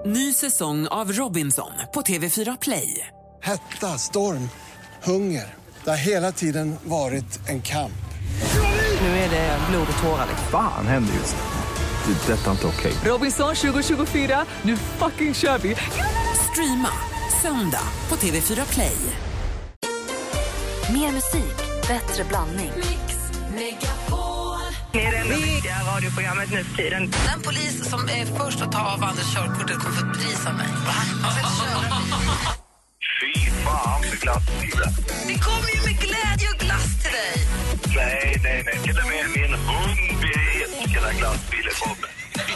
Ny säsong av Robinson på TV4 Play. Hetta, storm, hunger. Det har hela tiden varit en kamp. Nu är det blod och tårar. Fan händer just det. Det är detta inte okej. Robinson 2024, nu fucking kör vi. Streama söndag på TV4 Play. Mer musik, bättre blandning. Mix Megapol. Det är det enda viktiga radioprogrammet nu för tiden. Den polis som är först att ta av Anders körkortet kommer få ett pris av mig. Fy fan för glassbilen. Det kommer ju med glädje och glass till dig. Nej. Till och med min hund vet när glassbilen kommer.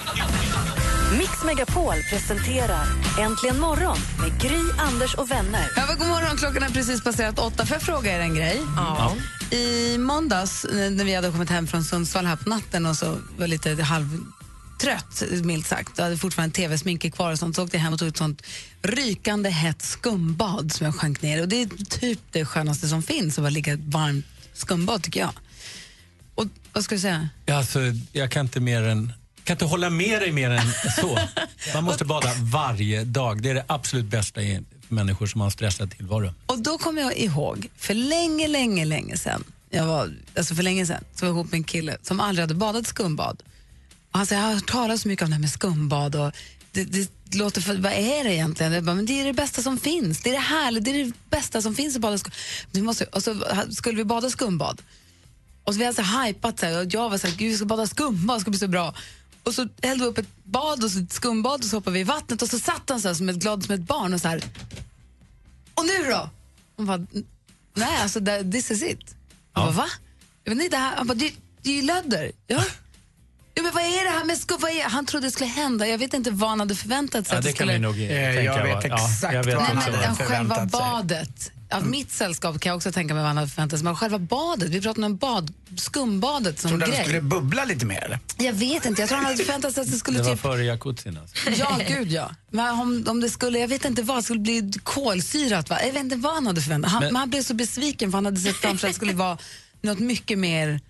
Mix Megapol presenterar Äntligen morgon med Gry, Anders och vänner. Ja, god morgon, klockan är precis passerat 8. Får jag fråga er en grej? Ja. I måndags när vi hade kommit hem från Sundsvall här på natten och så var lite halvtrött, milt sagt. Jag hade fortfarande tv-sminke kvar och sånt, så åkte jag hem och tog ett sånt rykande hett skumbad som jag sjönk ner. Och det är typ det skönaste som finns, att vara lika varmt skumbad tycker jag. Och vad ska du säga? Ja, alltså, jag kan inte hålla med dig mer än så. Man måste bada varje dag. Det är det absolut bästa i människor som har en stressad tillvaro. Och då kommer jag ihåg, för länge sedan, så var jag ihop med en kille som aldrig hade badat skumbad. Och han sa, jag har hört talas så mycket om det här med skumbad och det låter för, vad är det egentligen? Jag bara, men det är det bästa som finns. Det är det härliga, det är det bästa som finns att bada skumbad. Och så skulle vi bada skumbad. Och så vi hade så hypat så här, och jag var så här, gud vi ska bada skumbad, det ska bli så bra. Och så hällde vi upp ett bad och så ett skumbad och så hoppade vi i vattnet och så satt han så här som glad som ett barn och så här. Och nu då? Hon bara, nej alltså this is it. Jag bara, va? Jag vet inte, det här, han bara, det är ju lödder. Ja. Ja, men vad är det här med skumbad? Han trodde det skulle hända. Jag vet inte vad han hade förväntat sig. Ja, det kan vi nog tänka. Jag vet exakt jag vet vad han också. hade själva förväntat sig. badet. Av mitt sällskap kan jag också tänka mig vad han hade förväntat sig. Men själva badet, vi pratade om skumbadet som Trodde grej. han skulle bubbla lite mer eller? Jag vet inte, jag tror han hade förväntat sig att det skulle Det var typ... före jacuzzin alltså. Ja, gud ja. Men om det skulle, jag vet inte vad, det skulle bli kolsyrat va? Jag vet inte vad han hade förväntat. Han blev så besviken för han hade sett framför att det skulle vara något mycket mer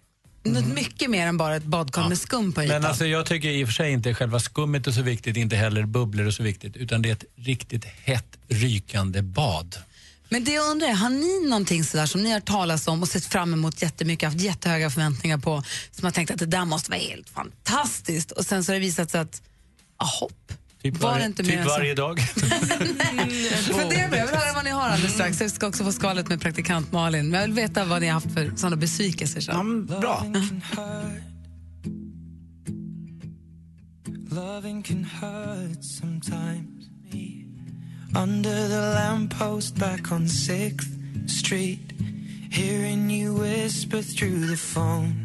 än bara ett badkar med skum på ytan. Men alltså, jag tycker i och för sig inte själva skummet är så viktigt, inte heller bubblor är så viktigt, utan det är ett riktigt hett, rykande bad. Men det jag undrar är, har ni någonting sådär som ni har talat om och sett fram emot jättemycket, haft jättehöga förväntningar på, som har tänkt att det där måste vara helt fantastiskt och sen så har det visat sig att, hopp. Typ varje dag. Jag vill höra vad ni har alldeles strax. Jag ska också få skalet med praktikant Malin. Men jag vill veta vad ni har haft för sådana besvikelser. Så. Bra. Loving can hurt sometimes. Under the lamppost back on 6th Street, hearing you whisper through the phone.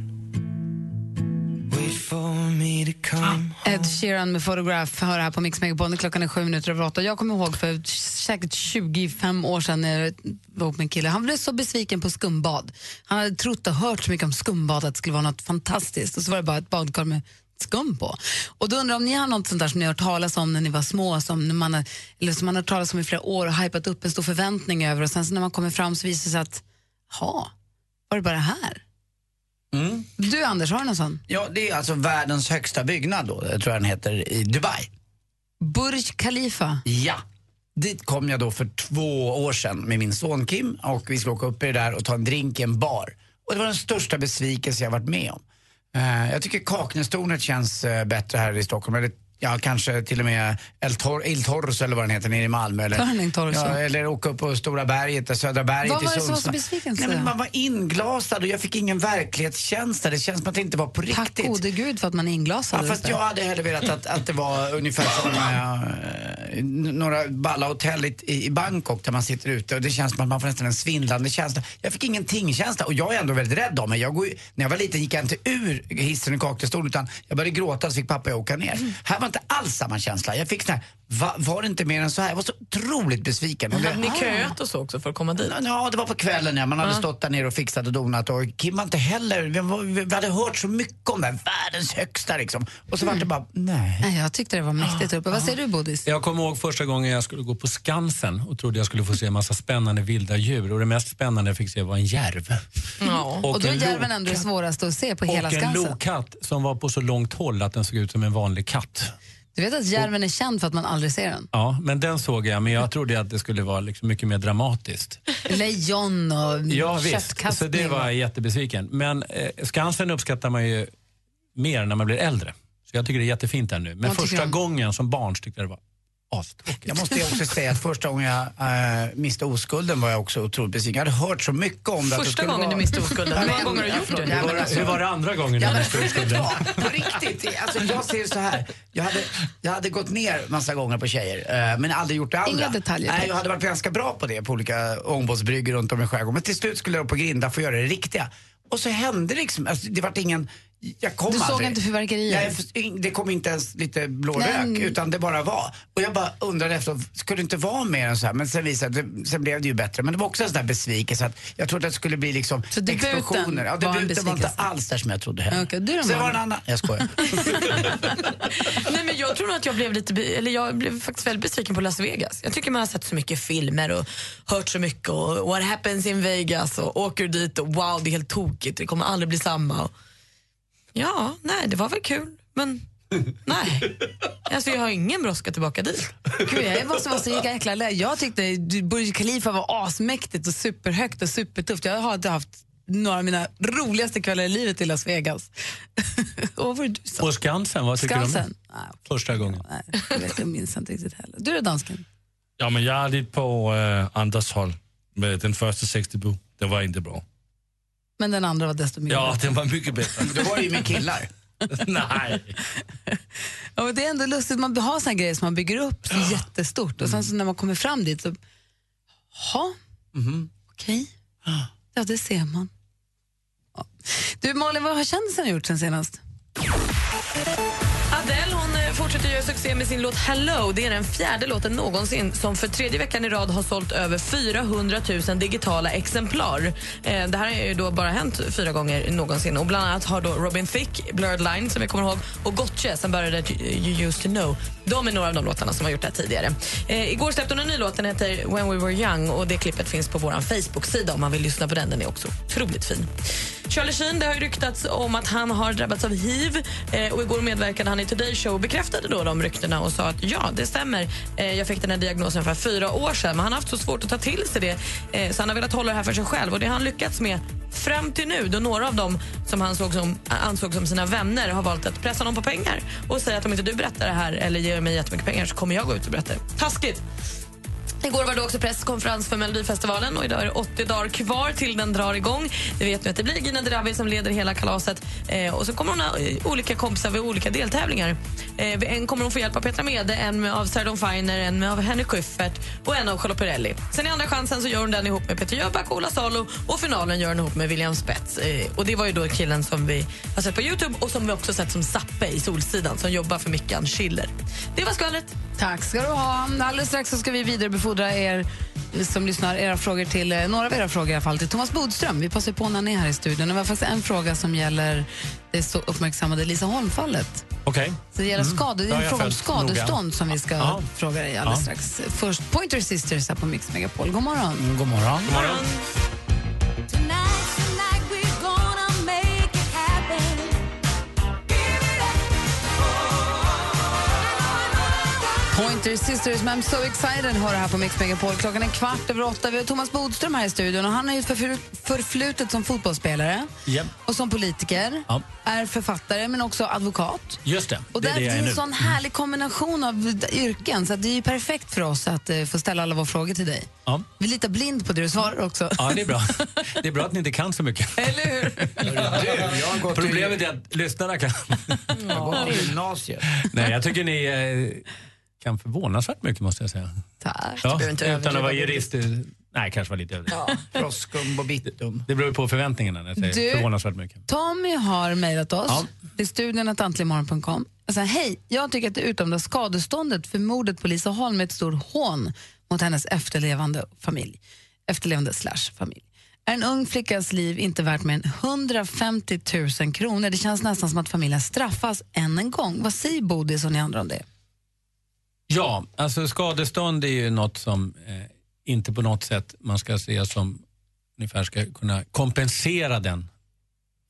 Wait for me to come home. Ed Sheeran med Photograph hör här på Mix Megapol. Klockan är 7:07. Jag kommer ihåg för säkert 25 år sedan när jag var ihop med en kille. Han blev så besviken på skumbad. Han hade trott och hört så mycket om skumbad att det skulle vara något fantastiskt. Och så var det bara ett badkar med skum på. Och då undrar om ni har något sånt där som ni har hört talas om när ni var små, som man har hört talas om i flera år och hypat upp en stor förväntning över, och sen så när man kommer fram så visar det sig att var det bara här? Mm. Du Anders, har du någon sån? Ja, det är alltså världens högsta byggnad då, jag tror den heter, i Dubai. Burj Khalifa? Ja, dit kom jag då för 2 år sedan med min son Kim och vi skulle åka upp i det där och ta en drink i en bar. Och det var den största besvikelse jag varit med om. Jag tycker Kaknästornet känns bättre här i Stockholm. Eller, ja, kanske till och med El Torso eller vad den heter nere i Malmö. Eller åka upp på Stora berget, där Södra berget i Sundsvall. Vad var det så besviken? Nej, men man var inglasad och jag fick ingen verklighetskänsla. Det känns som att det inte var på riktigt. Tack gode Gud för att man är inglasad. Ja, fast jag hade hellre velat att det var ungefär som några balla hotell i Bangkok där man sitter ute och det känns som att man får nästan en svindlande känsla. Jag fick ingenting-känsla och jag är ändå väldigt rädd av mig. När jag var liten gick jag inte ur hissen i Kaknästornet utan jag började gråta så fick pappa åka ner. Här var inte alls samma känsla. Jag fick sån här, var det inte mer än så här? Jag var så otroligt besviken. Hade ni köat och så också för att komma dit? Ja, det var på kvällen när man hade stått där nere och fixat och donat och Kim var inte heller, vi hade hört så mycket om den världens högsta liksom. Och så var det bara, nej. Jag tyckte det var mäktigt uppe. Vad säger du, Bodis? Jag kommer ihåg första gången jag skulle gå på Skansen och trodde jag skulle få se en massa spännande vilda djur. Och det mest spännande jag fick se var en järv. Ja. Och då är järven ändå det svåraste att se på hela Skansen. Och en lokatt som var på så långt håll att den såg ut som en vanlig katt. Du vet att järven är känd för att man aldrig ser den? Ja, men den såg jag, men jag trodde att det skulle vara liksom mycket mer dramatiskt. Lejon och visst, så det var jag jättebesviken. Men Skansen uppskattar man ju mer när man blir äldre. Så jag tycker det är jättefint här nu. Men första gången som barn tyckte jag det var astråkigt. Jag måste också säga att första gången jag miste oskulden var jag också otroligt besviken. Jag hade hört så mycket om det. Första gången du miste oskulden? Hur många gånger har du gjort det? Hur var det andra gången du miste oskulden? På riktigt, alltså jag ser så här. Jag hade gått ner massa gånger på tjejer, men aldrig gjort det andra. Inga detaljer. Nej, jag hade varit ganska bra på det på olika ångbåtsbryggor runt om i skärgården. Men till slut skulle jag på Grinda få göra det riktiga. Och så hände det liksom, alltså, det var ingen... Du såg inte fyrverkerier? Nej, det kom inte ens lite blå rök, utan det bara var. Och jag bara undrade efter, skulle det inte vara mer än så här? Men sen blev det ju bättre. Men det var också en sån där besvikelse att jag trodde att det skulle bli liksom explosioner. Ja, debuten var inte alls där som jag trodde heller. Okay, sen var det en annan. Jag skojar. Nej, men jag tror nog att jag blev faktiskt väldigt besviken på Las Vegas. Jag tycker man har sett så mycket filmer och hört så mycket och what happens in Vegas och åker dit och wow, det är helt tokigt. Det kommer aldrig bli samma. Ja, nej, det var väl kul, men nej. Alltså jag har ingen brådska tillbaka dit. Gud, jag måste vara så jäkla lätt. Jag tyckte Burj Khalifa var asmäktigt och superhögt och supertufft. Jag har haft några av mina roligaste kvällar i livet i Las Vegas. Och vad du sa? Och Skansen, vad tycker du om det? Första gången. Nej, jag minns inte riktigt heller. Du är dansken. Ja, men jag är lite på Anders håll med den första sexdebut. Det var inte bra. Men den andra var desto mycket bättre. Ja, den var mycket bättre. Då var det ju med killar. Nej. Ja, men det är ändå lustigt, man har såna grejer som man bygger upp så jättestort och sen så när man kommer fram dit så okej. Ja, det ser man. Ja. Du Malin, vad har kändisen gjort sen senast? Adele, hon fortsätter göra succé med sin låt Hello. Det är den 4:e låten någonsin som för 3:e veckan i rad har sålt över 400 000 digitala exemplar. Det här har ju då bara hänt 4 gånger någonsin. Och bland annat har då Robin Thicke, Blurred Line som vi kommer ihåg, och Gotye som började You Used To Know. De är några av de låtarna som har gjort det här tidigare. Igår släppte hon en ny låt, den heter When We Were Young, och det klippet finns på vår Facebook-sida om man vill lyssna på den. Den är också otroligt fin. Charlie Sheen, det har ju ryktats om att han har drabbats av HIV och igår medverkade han i Today Show och bekräftade då de ryktena och sa att ja, det stämmer. Jag fick den här diagnosen för 4 år sedan, men han har haft så svårt att ta till sig det, så han har velat hålla det här för sig själv, och det har han lyckats med fram till nu, då några av dem som han ansåg som sina vänner har valt att pressa dem på pengar och säga att om inte du berättar det här eller ger mig jättemycket pengar så kommer jag gå ut och berätta. Taskigt! Igår var det också presskonferens för Melodifestivalen och idag är det 80 dagar kvar till den drar igång. Det vet nu att det blir Gina Dirawi som leder hela kalaset, och så kommer hon ha olika kompisar vid olika deltävlingar. En kommer hon få hjälp av Petra Mede, en av Sarah Dawn Finer, en av Henrik Schyffert och en av Charlotte Perrelli. Sen i andra chansen så gör hon den ihop med Peter Jöback och Ola Salo, och finalen gör hon ihop med William Spets. Och det var ju då killen som vi har sett på YouTube och som vi också sett som Zappe i Solsidan som jobbar för Mickan Schiller. Det var skvallret. Tack ska du ha. Alldeles strax så ska vi vidarebefordra er som lyssnar era frågor till några av era frågor i alla fall till Thomas Bodström. Vi passar på när han är här i studion. Det var faktiskt en fråga som gäller det så uppmärksammade Lisa Holm-fallet. Okej. Så det gäller det är en fråga om skadestånd som vi ska fråga dig alldeles strax. Först Pointer Sisters här på Mix Megapol. God morgon. God morgon. God morgon. Pointer Sisters, men I'm so excited, hör det här på Mix Megapol. Klockan är 7:15. Vi har Thomas Bodström här i studion och han är ju förflutet som fotbollsspelare och som politiker, är författare men också advokat. Just det. Och det är en sån härlig kombination av yrken, så att det är ju perfekt för oss att få ställa alla våra frågor till dig. Ja. Vi litar blind på det du svarar också. Ja, det är bra. Det är bra att ni inte kan så mycket. Eller hur? Problemet är att lyssnarna kan. Jag går till gymnasiet. Nej, jag tycker ni kan förvånansvärt mycket, måste jag säga. Tack. Ja, utan att vara jurist. Nej, kanske var lite överdrivet. Froskum och bittum. Det beror på förväntningarna när jag säger förvånansvärt mycket. Tommy har mejlat oss till studion@antligenmorgon.com. Alltså, hej, jag tycker att det utdömda skadeståndet för mordet på Lisa Holm är ett stort hån mot hennes efterlevande familj. Efterlevande/familj. Är en ung flickas liv inte värt mer än 150 000 kronor? Det känns nästan som att familjen straffas än en gång. Vad säger Bodis och ni andra om det? Ja, alltså skadestånd är ju något som inte på något sätt man ska se som ungefär ska kunna kompensera den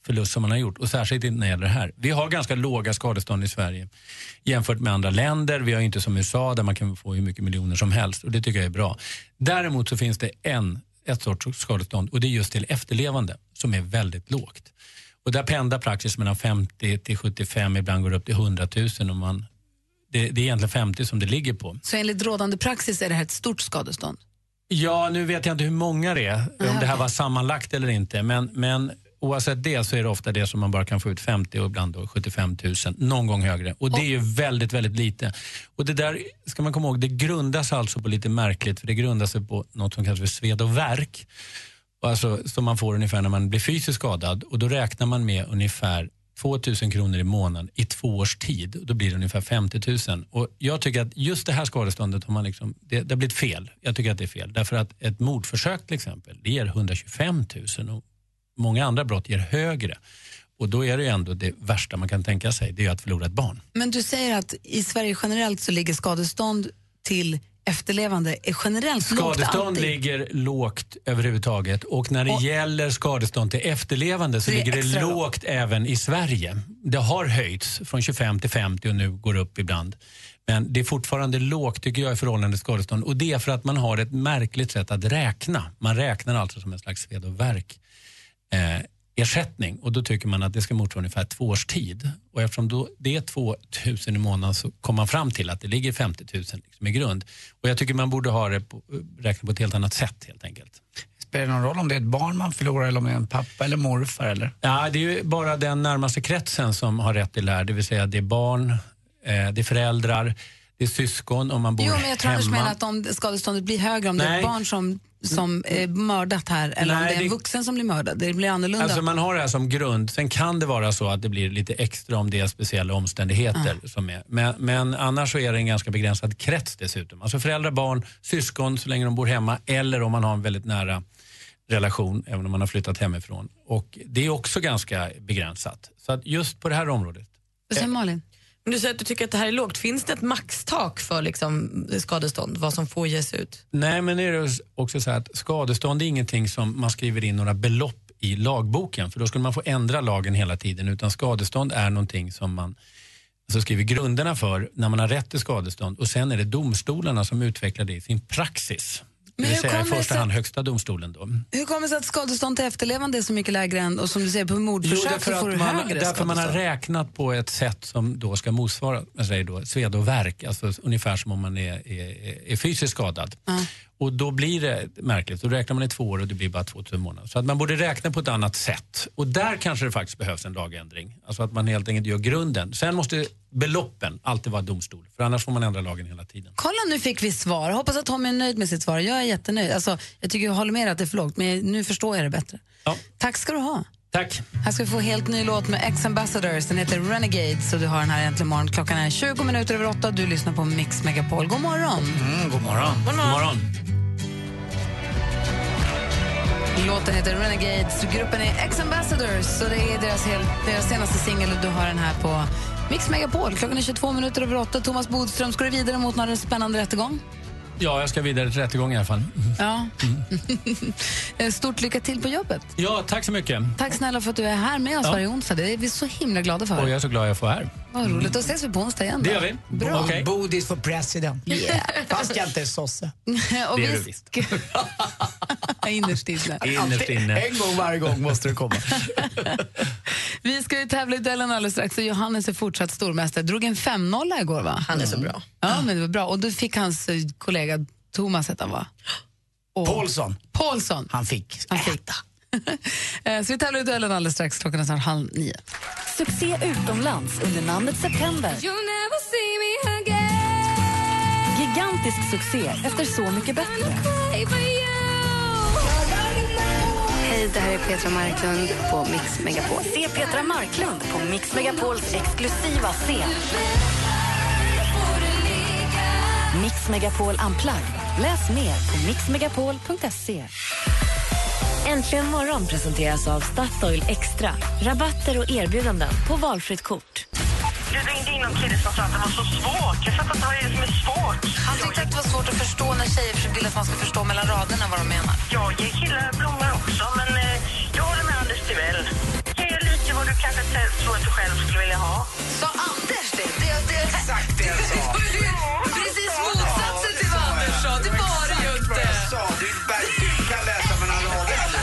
förlust som man har gjort. Och särskilt när det gäller det här. Vi har ganska låga skadestånd i Sverige jämfört med andra länder. Vi har inte som USA där man kan få hur mycket miljoner som helst. Och det tycker jag är bra. Däremot så finns det ett sorts skadestånd. Och det är just till efterlevande som är väldigt lågt. Och där pendlar praxis mellan 50 till 75, ibland går upp till 100 000 och det är egentligen 50 som det ligger på. Så enligt rådande praxis är det här ett stort skadestånd? Ja, nu vet jag inte hur många det är, om det här var sammanlagt eller inte. Men oavsett det så är det ofta det som man bara kan få ut 50 och ibland då 75 000, någon gång högre. Och det är ju väldigt, väldigt lite. Och det där ska man komma ihåg, det grundas alltså på lite märkligt, för det grundar sig på något som kallas för sved och värk. Alltså, som man får ungefär när man blir fysiskt skadad. Och då räknar man med ungefär 2 000 kronor i månaden i 2 års tid. Och då blir det ungefär 50 000. Och jag tycker att just det här skadeståndet har man liksom, det har blivit fel. Jag tycker att det är fel. Därför att ett mordförsök till exempel, det ger 125 000 och många andra brott ger högre. Och då är det ju ändå det värsta man kan tänka sig, det är att förlora ett barn. Men du säger att i Sverige generellt så ligger skadestånd till efterlevande är generellt lågt. Skadestånd ligger lågt överhuvudtaget och när det gäller skadestånd till efterlevande så ligger det lågt även i Sverige. Det har höjts från 25 till 50 och nu går upp ibland. Men det är fortfarande lågt tycker jag i förhållande till skadestånd och det är för att man har ett märkligt sätt att räkna. Man räknar alltså som en slags sved och värk ersättning och då tycker man att det ska motsvara ungefär 2 års tid. Och eftersom då det är 2 000 i månaden så kommer man fram till att det ligger 50 000 liksom i grund. Och jag tycker man borde ha det räkna på ett helt annat sätt helt enkelt. Spelar det någon roll om det är ett barn man förlorar eller om det är en pappa eller morfar eller? Ja, det är ju bara den närmaste kretsen som har rätt till det här. Det vill säga det är barn, det är föräldrar, det är syskon om man bor hemma. Jo, men jag tror Anders menar att om skadeståndet blir högre om det är ett barn som är mördat här eller om det är en vuxen som blir mördad. Det blir annorlunda. Alltså man har det här som grund. Sen kan det vara så att det blir lite extra om det är speciella omständigheter som är. Men annars så är det en ganska begränsad krets dessutom. Alltså föräldrar, barn, syskon så länge de bor hemma eller om man har en väldigt nära relation även om man har flyttat hemifrån. Och det är också ganska begränsat. Så att just på det här området. Vad säger Malin? Men du säger att du tycker att det här är lågt. Finns det ett maxtak för liksom skadestånd, vad som får ges ut? Nej, men det är också så att skadestånd är ingenting som man skriver in några belopp i lagboken. För då skulle man få ändra lagen hela tiden. Utan skadestånd är någonting som man skriver grunderna för när man har rätt till skadestånd. Och sen är det domstolarna som utvecklar det i sin praxis. Det vill säga i första hand högsta domstolen då. Hur kommer det sig att skadestånd till efterlevande är så mycket lägre än, och som du säger på mordförsök så får du högre därför man har räknat på ett sätt som då ska motsvara sved och värk, alltså ungefär som om man är fysiskt skadad. Och då blir det märkligt, då räknar man i 2 år och det blir bara 2 000 månader. Så att man borde räkna på ett annat sätt. Och där kanske det faktiskt behövs en lagändring. Alltså att man helt enkelt gör grunden. Sen måste beloppen alltid vara domstol. För annars får man ändra lagen hela tiden. Kolla, nu fick vi svar. Hoppas att Tommy är nöjd med sitt svar. Jag är jättenöjd. Alltså, jag tycker jag håller med att det är för lågt. Men nu förstår jag det bättre. Ja. Tack ska du ha. Tack. Här ska vi få helt ny låt med Ex-Ambassadors. Den heter Renegades. Så du har den här äntligen morgon. Klockan är 20:20. Du lyssnar på Mix Megapol. God morgon. God morgon. God morgon. Låten heter Renegades. Gruppen är Ex-Ambassadors. Så det är deras senaste singel. Du har den här på Mix Megapol. Klockan är 22:08. Thomas Bodström, ska du vidare mot någon spännande rättegång? Ja, jag ska vidare till rättegång i alla fall. Ja. Stort lycka till på jobbet. Ja, tack så mycket. Tack snälla för att du är här med oss varje onsdag. Det är vi så himla glada för. Och jag är så glad jag får här. Vad roligt. Då ses vi på onsdag igen. Det gör vi. Bra. Okay. Bodis för president. Yeah. Fast jag inte är sosse. Och det är du visst. Innerst inne. En gång varje gång måste det komma. Vi ska ju tävla i duellen alldeles strax. Och Johannes är fortsatt stormästare. Drog en 5-0 igår, va? Han är så bra. Ja, men det var bra. Och då fick hans kollega Thomas heta, va? Paulsson. Han fick äta. Så vi tävlar i duellen alldeles strax. Klockan är snart 8:30. Succé utomlands under namnet September. Gigantisk succé efter Så mycket bättre. Hej, det här är Petra Marklund på Mix Megapol. Se Petra Marklund på Mix Megapols exklusiva scen. Mix Megapol Unplugged. Läs mer på mixmegapol.se. Äntligen morgon presenteras av Statoil Extra. Rabatter och erbjudanden på valfritt kort. Du ringde in någon kille som sa att det var så svårt. Jag fattar inte vad det är som är svårt. Han tyckte att det var svårt att förstå när tjejer vill att man ska förstå mellan raderna vad de menar. Jag ger killar blommor också, men jag håller med Anders Tivell. Ge lite kanske ett tror att du själv skulle vilja ha. Så Anders det är exakt det jag sa. Precis motsatsen till vad Anders sa. Det var det ju inte. Du kan läsa mellan raderna.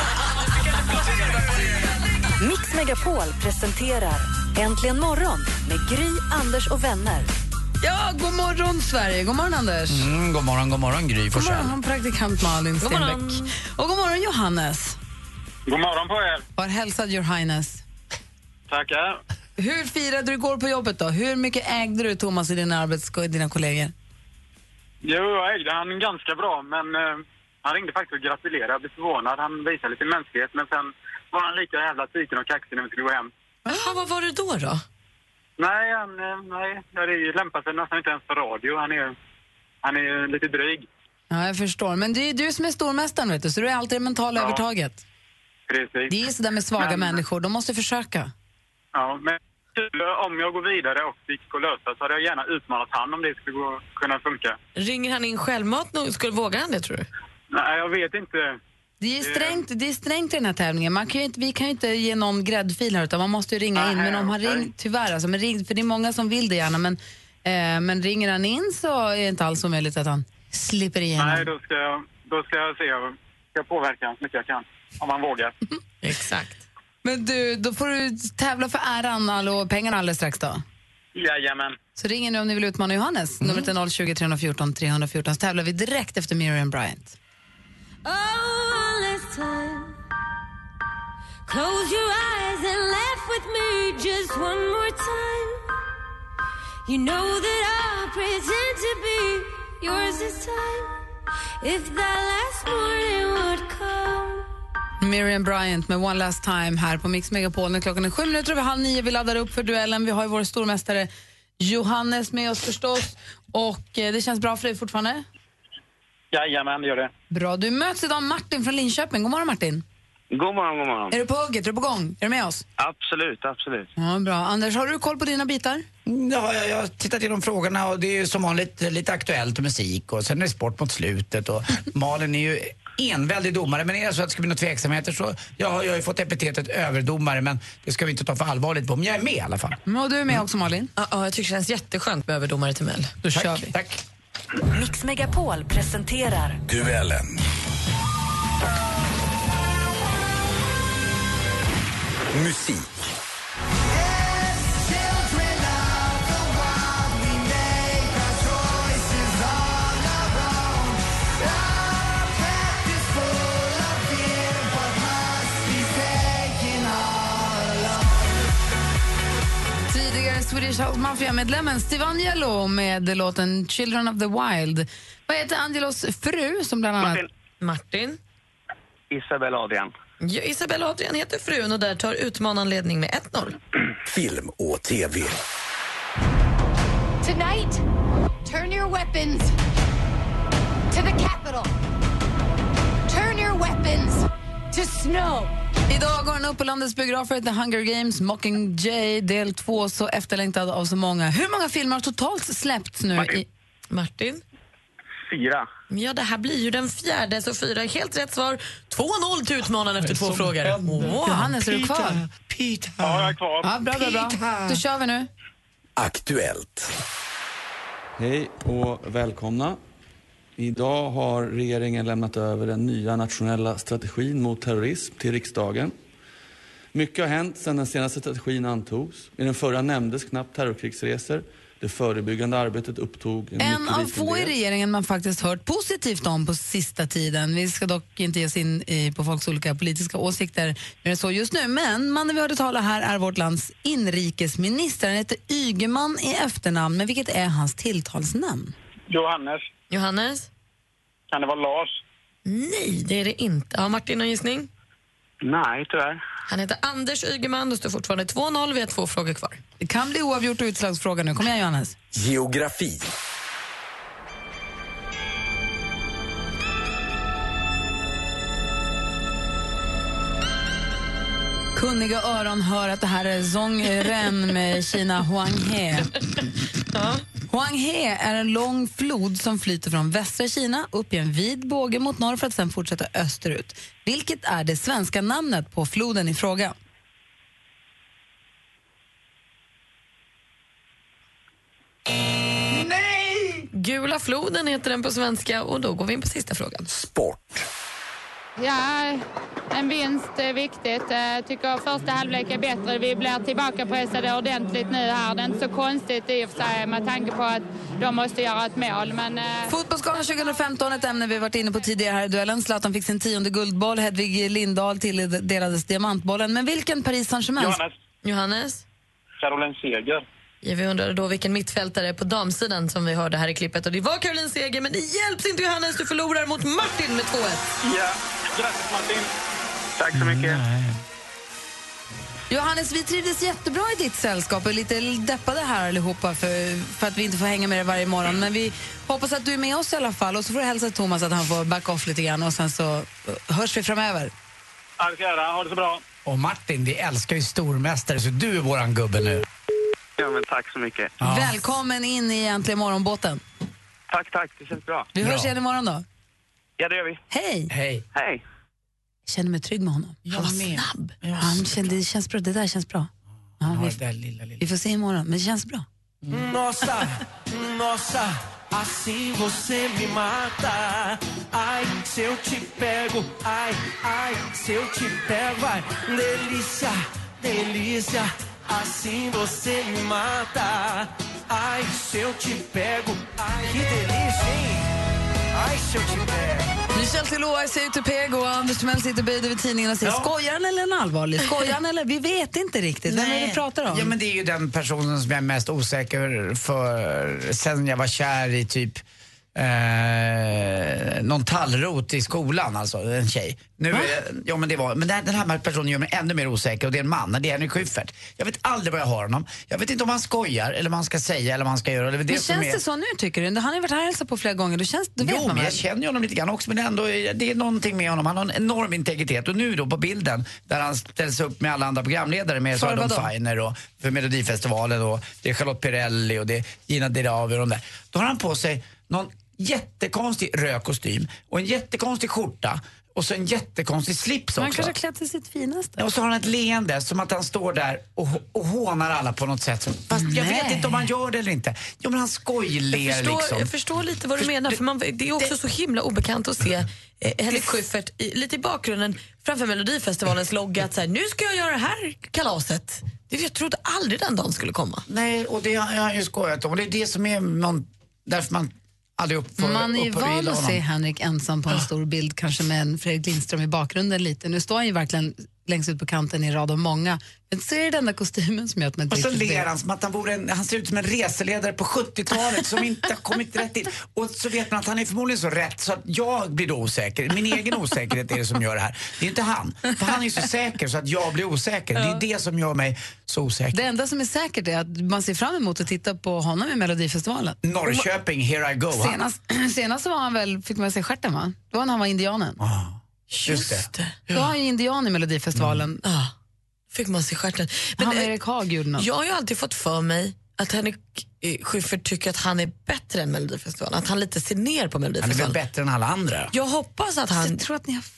Mix Megapol presenterar Äntligen morgon med Gry, Anders och vänner. Ja, god morgon Sverige. God morgon Anders. God morgon Gry God morgon praktikant Malin Stenbeck. Och god morgon Johannes. God morgon på er. Var hälsad your highness. Tackar. Hur firade du igår på jobbet då? Hur mycket ägde du Thomas i dina kollegor? Jo, jag ägde han ganska bra, men han ringde faktiskt och gratulerade. Jag blev förvånad. Han visade lite mänsklighet, men sen var han lika jävla tyken och kaxig när vi skulle gå hem. Jaha, vad var det då? Nej, det lämpar sig nästan inte ens för radio. Han är lite dryg. Ja, jag förstår. Men det är du som är stormästaren, vet du, så du är alltid mentala övertaget. Precis. Det är så där med svaga människor. De måste försöka. Ja, men om jag går vidare och det gick att lösa så hade jag gärna utmanat han om det skulle kunna funka. Ringer han in självmant nu? Vågar han det, tror du? Nej, jag vet inte. Det är strängt i den här tävlingen. Vi kan ju inte ge någon gräddfil här, utan man måste ju ringa in. Men om han ringer, tyvärr alltså, för det är många som vill det gärna, men ringer han in så är det inte alls så möjligt att han slipper igenom. Nej, då ska jag se. Jag ska påverka honom så mycket jag kan, om han vågar. Exakt. Men du, då får du tävla för äran och pengarna alldeles strax då. Jajamän. Så ringer nu om ni vill utmana Johannes. Numret är 020 314 314. Så tävlar vi direkt efter Miriam Bryant. Close your eyes and laugh with me just one more time. You know that I'll pretend to be yours this time. If that last morning would come. Miriam Bryant med One Last Time här på Mix Megapol. När klockan är 7:07. Vi laddar upp för duellen. Vi har ju vår stormästare Johannes med oss förstås. Och det känns bra för dig fortfarande? Jajamän, det gör det. Bra, du möts idag Martin från Linköping. God morgon Martin. God morgon. Är du på hugget? Är du på gång? Är du med oss? Absolut. Ja, bra. Anders, har du koll på dina bitar? Ja, jag har tittat igenom frågorna och det är ju som vanligt lite aktuellt och musik och sen är det sport mot slutet och Malin är ju enväldig domare, men är det så att det ska bli några tveksamheter så jag har ju fått epitetet överdomare, men det ska vi inte ta för allvarligt på, men jag är med i alla fall. Och du är med också Malin? Ja, jag tycker det känns jätteskönt med överdomare till Mel. Då kör vi. Tack. Mix Megapol presenterar Duellen. Musik. Tidigare Swedish House Mafia-medlemmen Steve Angelo med låten Children of the Wild. Vad heter Angelos fru som bland annat... Martin. Isabel Adrian. Ja, Isabel Adrian heter frun och där tar utmanaren ledning med 1-0. Film och TV. Tonight, turn your weapons to the Capitol. Turn your weapons to snow. Idag går den upp på landets biografer, The Hunger Games, Mockingjay, del 2, så efterlängtad av så många. Hur många filmer har totalt släppts nu? Martin? 4. Ja, det här blir ju den 4, så 4 är helt rätt svar. 2-0 till utmanaren efter 2 frågor. Wow. Johannes, är du kvar? Peter. Ja, jag är kvar. Ja, bra. Då kör vi nu. Aktuellt. Hej och välkomna. Idag har regeringen lämnat över den nya nationella strategin mot terrorism till riksdagen. Mycket har hänt sedan den senaste strategin antogs. I den förra nämndes knappt terrorkrigsresor. Det förebyggande arbetet upptog en av få i regeringen man faktiskt hört positivt om på sista tiden. Vi ska dock inte ge oss in på folks olika politiska åsikter så just nu. Men mannen vi hörde tala här är vårt lands inrikesminister. Han heter Ygeman i efternamn. Men vilket är hans tilltalsnamn? Johannes? Kan det vara Lars? Nej, det är det inte. Har Martin någon gissning? Nej, tyvärr. Han heter Anders Ygeman. Det står fortfarande 2-0. Vi har 2 frågor kvar. Det kan bli oavgjort och utslagsfråga nu. Kom igen, Johannes. Geografi. Kunniga öron hör att det här är Zhongren med Kina Huanghe. Ja. Huanghe är en lång flod som flyter från västra Kina upp i en vid båge mot norr för att sedan fortsätta österut. Vilket är det svenska namnet på floden i fråga? Gula floden heter den på svenska och då går vi in på sista frågan. Sport. Ja, en vinst är viktigt. Jag tycker första halvlek är bättre. Vi blir tillbakapressade ordentligt nu här. Det är inte så konstigt i och för sig med tanke på att de måste göra ett mål. Men, Fotbollsgalan 2015, ett ämne vi varit inne på tidigare här i duellen. Zlatan fick sin 10:e guldboll, Hedvig Lindahl tilldelades diamantbollen. Men vilken Paris Saint-Germain? Johannes? Caroline Seger. Ja, vi undrade då vilken mittfältare på damsidan som vi hörde här i klippet. Och det var Caroline Seger, men det hjälps inte Johannes. Du förlorar mot Martin med 2-1. Ja, grattis Martin. Tack så mycket. Johannes, vi trivdes jättebra i ditt sällskap och lite deppade här allihopa för att vi inte får hänga med dig varje morgon. Men vi hoppas att du är med oss i alla fall och så får du hälsa Thomas att han får back off lite grann och sen så hörs vi framöver. Allt göra, ha det så bra. Och Martin, vi älskar ju stormästare så du är våran gubbe nu. Ja, men tack så mycket. Ja. Välkommen in i Äntligen morgonbåten. Tack, det känns bra. Vi hörs igen imorgon då. Ja, det gör vi. Hej. Hej. Hej. Jag känner mig trygg med honom. Han var snabb. Det känns bra. Det där känns bra. Ja, vi får se imorgon, men det känns bra. Nossa, assim você me mata. Ai, se eu te pego. Ai, se eu te pego. Vai, delícia. Assim você me mata. Ai, se eu te pego. Ai, que delícia, hein? Ai, se eu te pego. Nu Chelsea Loa ser ut Pego och Anders Timell sitter böjd över tidningen och säger skojar han eller en allvarlig? Skojar han eller? Vi vet inte riktigt. Vem är det pratar om? Ja, men det är ju den personen som jag är mest osäker för sen jag var kär i typ någon tallrot i skolan, alltså en tjej. Nu är det, men den här personen gör mig ännu mer osäker och det är en man, det är Henrik Schyffert. Jag vet aldrig vad jag har honom. Jag vet inte om han skojar eller vad han ska säga eller vad han ska göra. Men känns det så nu tycker du? Han har ju varit här och hälsat på flera gånger. Men jag känner ju honom lite grann också, men det är någonting med honom. Han har en enorm integritet och nu då på bilden där han ställs upp med alla andra programledare med Sara Dawn Finer och för Melodifestivalen och det är Charlotte Perrelli och det är Gina Dirawi och de där. Då har han på sig någon jättekonstig röd kostym och en jättekonstig skjorta och så en jättekonstig slips också. Man kanske har klätt sig sitt finaste. Och så har han ett leende som att han står där och hånar alla på något sätt. Fast jag vet inte om han gör det eller inte. Jo, men han skojler liksom. Jag förstår lite vad du menar, för det är också så himla obekant att se Henrik Schyffert lite i bakgrunden framför Melodifestivalens logga att så här, nu ska jag göra det här kalaset. Jag trodde aldrig den dagen skulle komma. Nej, och det har jag ju skojat om. Och det är det som är därför man man är van att se Henrik ensam på en stor bild, kanske med en Fredrik Lindström i bakgrunden lite. Nu står han ju verkligen längst ut på kanten i rad av många. Men så är det den där kostymen som gör att man och så ler han som att han ser ut som en reseledare på 70-talet som inte har kommit rätt in. Och så vet man att han är förmodligen så rätt så att jag blir då osäker. Min egen osäkerhet är det som gör det här. Det är inte han. För han är ju så säker så att jag blir osäker. Det är det som gör mig så osäker. Det enda som är säkert är att man ser fram emot att titta på honom i Melodifestivalen. Norrköping, here I go. Senast var han väl, fick man se stjärten va? Då var när han var indianen. Just det. Då har han ju indian i Melodifestivalen. Fick man se stjärten. Men han Erik Haag gjorde något. Jag har ju alltid fått för mig att Henrik Schyffert tycker att han är bättre än Melodifestivalen. Att han lite ser ner på Melodifestivalen. Han är väl bättre än alla andra. Jag hoppas att han... Jag tror att ni har...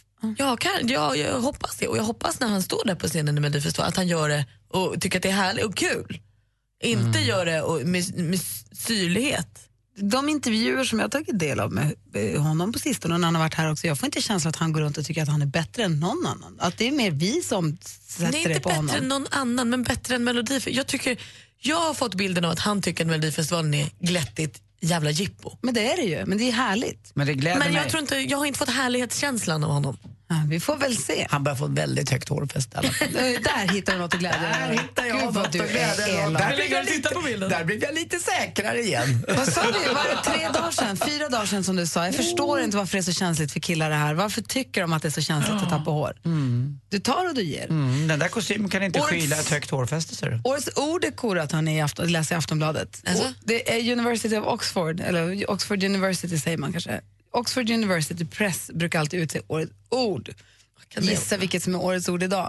Jag hoppas det. Och jag hoppas när han står där på scenen i Melodifestivalen att han gör det och tycker att det är härligt och kul. Inte gör det med syrlighet. De intervjuer som jag har tagit del av med honom på sistone och när han har varit här också, jag får inte känslan att han går runt och tycker att han är bättre än någon annan. Att det är mer vi som sätter det på honom. Det är inte bättre än någon annan, men bättre än Melodifestivalen. Jag har fått bilden av att han tycker att Melodifestivalen är glättigt jävla jippo. Men det är det ju, men det är härligt. Men det gläder mig. Jag tror inte, jag har inte fått härlighetskänslan av honom. Ja, vi får väl se. Han börjar få ett väldigt högt hårfäste. Där hittar du något att glädja dig. Där hittar jag något att glädja dig. Där blir jag lite säkrare igen. Vad sa du? Var det 4 dagar sedan som du sa? Jag förstår inte varför det är så känsligt för killar det här. Varför tycker de att det är så känsligt att tappa hår? Du tar och du ger. Den där kostymen kan inte skyla ett högt hårfäste, ser du. Årets ord är korat, har ni läser i Aftonbladet. Alltså? Det är University of Oxford, eller Oxford University säger man kanske. Oxford University Press brukar alltid utse årets ord. Gissa vilket som är årets ord idag.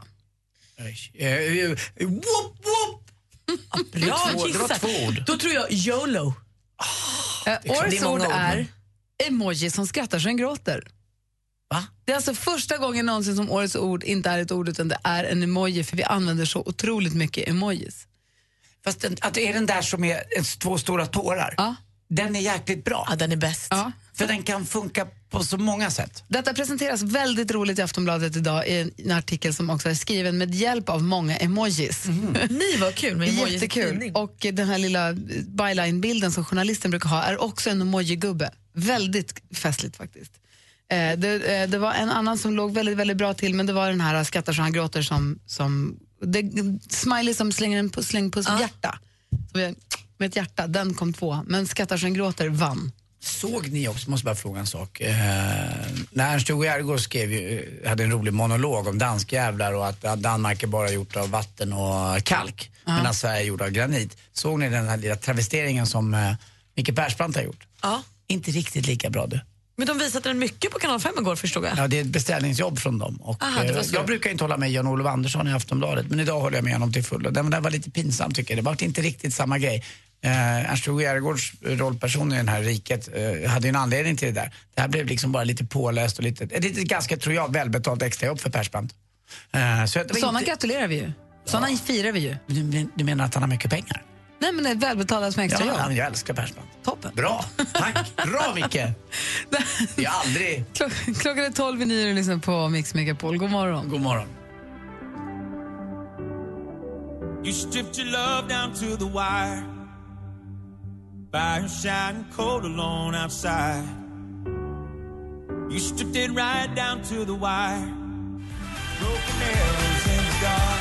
Whoop, whoop. Bra gissat. Då tror jag YOLO. Årets ord är emoji som skrattar så en gråter. Va? Det är alltså första gången någonsin som årets ord inte är ett ord utan det är en emoji, för vi använder så otroligt mycket emojis. Fast att det är den där som är 2 stora tårar. Ja. den är jäkligt bra. Ja, den är bäst. Ja. För den kan funka på så många sätt. Detta presenteras väldigt roligt i Aftonbladet idag i en artikel som också är skriven med hjälp av många emojis. Ni var kul med emojis. Jättekul. Och den här lilla byline-bilden som journalisten brukar ha är också en emoji-gubbe. Väldigt festligt faktiskt. Det var en annan som låg väldigt, väldigt bra till, men det var den här skrattar så han gråter som smiley som slänger en släng på sitt hjärta. Så med ett hjärta, den kom 2. Men skrattar så han gråter vann. Såg ni också, måste bara fråga en sak. När Ernst-Hugo Järegård hade en rolig monolog om danskjävlar och att Danmark är bara gjort av vatten och kalk, medan Sverige är gjort av granit. Såg ni den här lilla travesteringen som Micke Persbrandt har gjort? Ja. Inte riktigt lika bra du. Men de visade den mycket på Kanal 5 igår, förstod jag. Ja, det är ett beställningsjobb från dem. Och, det jag brukar inte hålla med Jan-Olof Andersson i Aftonbladet, men idag håller jag med honom till fullo. Den var lite pinsam tycker jag. Det var inte riktigt samma grej. Ernst-Hugo Järegårds rollperson i den här riket hade ju en anledning till det där. Det här blev liksom bara lite påläst och ett ganska, tror jag, välbetalt extrajobb för Persbrandt. Sådana gratulerar vi ju. Sådana firar vi ju. Du menar att han har mycket pengar? Nej, men det är välbetalat som extrajobb. Ja, jag älskar Persbrandt. Toppen. Bra, tack. Bra, Micke. Jag aldrig... Klockan är 12:09 och lyssnar på Mix Megapol. God morgon. God morgon. You stripped your love down to the wire. Fire shining cold alone outside. You stripped it right down to the wire. Broken arrows in the dark.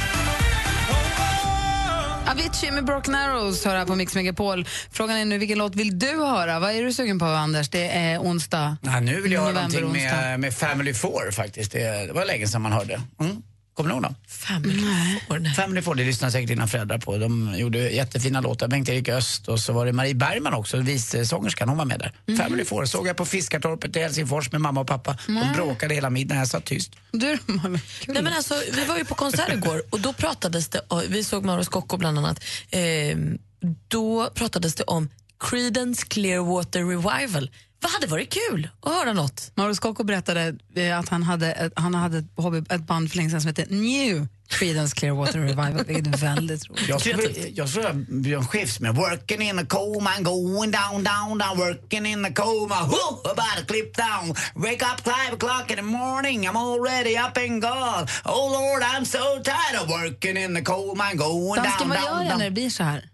Avicii med Broken Arrows hör här på Mix Megapol. Frågan är nu, vilken låt vill du höra? Vad är du sugen på, Anders? Det är onsdag. Nej, nu vill jag höra november, någonting med Family 4 faktiskt. Det var länge sedan man hörde. Kommer du ihåg dem? Family 4, det lyssnar säkert dina föräldrar på. De gjorde jättefina låtar. Bengt-Erik Öst och så var det Marie Bergman också, vissångerskan, hon var med där. Family 4 såg jag på Fiskartorpet i Helsingfors med mamma och pappa. De bråkade hela middagen, jag satt tyst. Nej, men alltså, vi var ju på konsert igår och då pratades det, vi såg Mauro Scocco bland annat, då pratades det om Creedence Clearwater Revival. Vad hade varit kul att höra något? Mauro Scocco berättade att han hade ett band för länge sedan som heter New Creedence Clearwater Revival, vilket är väldigt roligt. Jag tror att Björn Skifs med Working in a coma, going down, down, down, working in a coma, about to clip down, wake up 5 o'clock in the morning, I'm already up and gone, oh Lord I'm so tired of working in a coma, going Dansken, down, vad down, gör down. när det blir så här?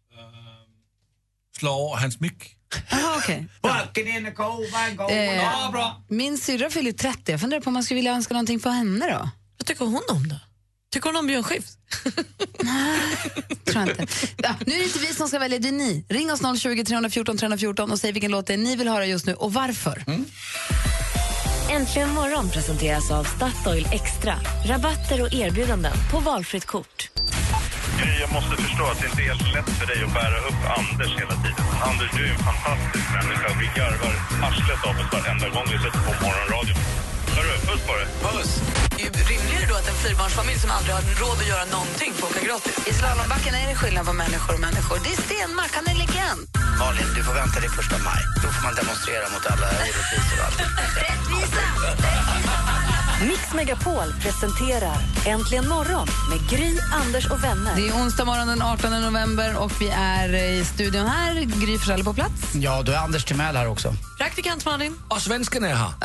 Slå hans mick. Okej. Working in a coma, going bra. Min syrra fyller 30. Jag funderar på om man skulle vilja önska någonting för henne då. Vad tycker hon om det? Tycker hon om Björn Skifs? Tror jag inte. Ja, nu är det inte vi som ska välja, det är ni. Ring oss 020 314 314 och säg vilken låt det är ni vill höra just nu och varför. Äntligen morgon presenteras av Statoil Extra. Rabatter och erbjudanden på valfritt kort. Jag måste förstå att det inte är helt lätt för dig att bära upp Anders hela tiden. Anders, du är en fantastisk människa. Vi garvar arslet av oss varenda gång vi sätter på morgonradion. Hörru, puss på det. Puss. Det är ju rimligare då att en fyrbarnsfamilj som aldrig har råd att göra någonting får åka gratis. I slalombacken är det skillnad på människor och människor. Det är Stenmark, han är legend. Malin, du får vänta till 1 maj. Då får man demonstrera mot alla orättvisor och allt. Rättvisa! Mix Megapol presenterar Äntligen morgon med Gry, Anders och vänner. Det är onsdag morgon den 18 november och vi är i studion här. Gry Forssell på plats. Ja, då är Anders Timell här också. Praktikant Malin. Och svensken är här.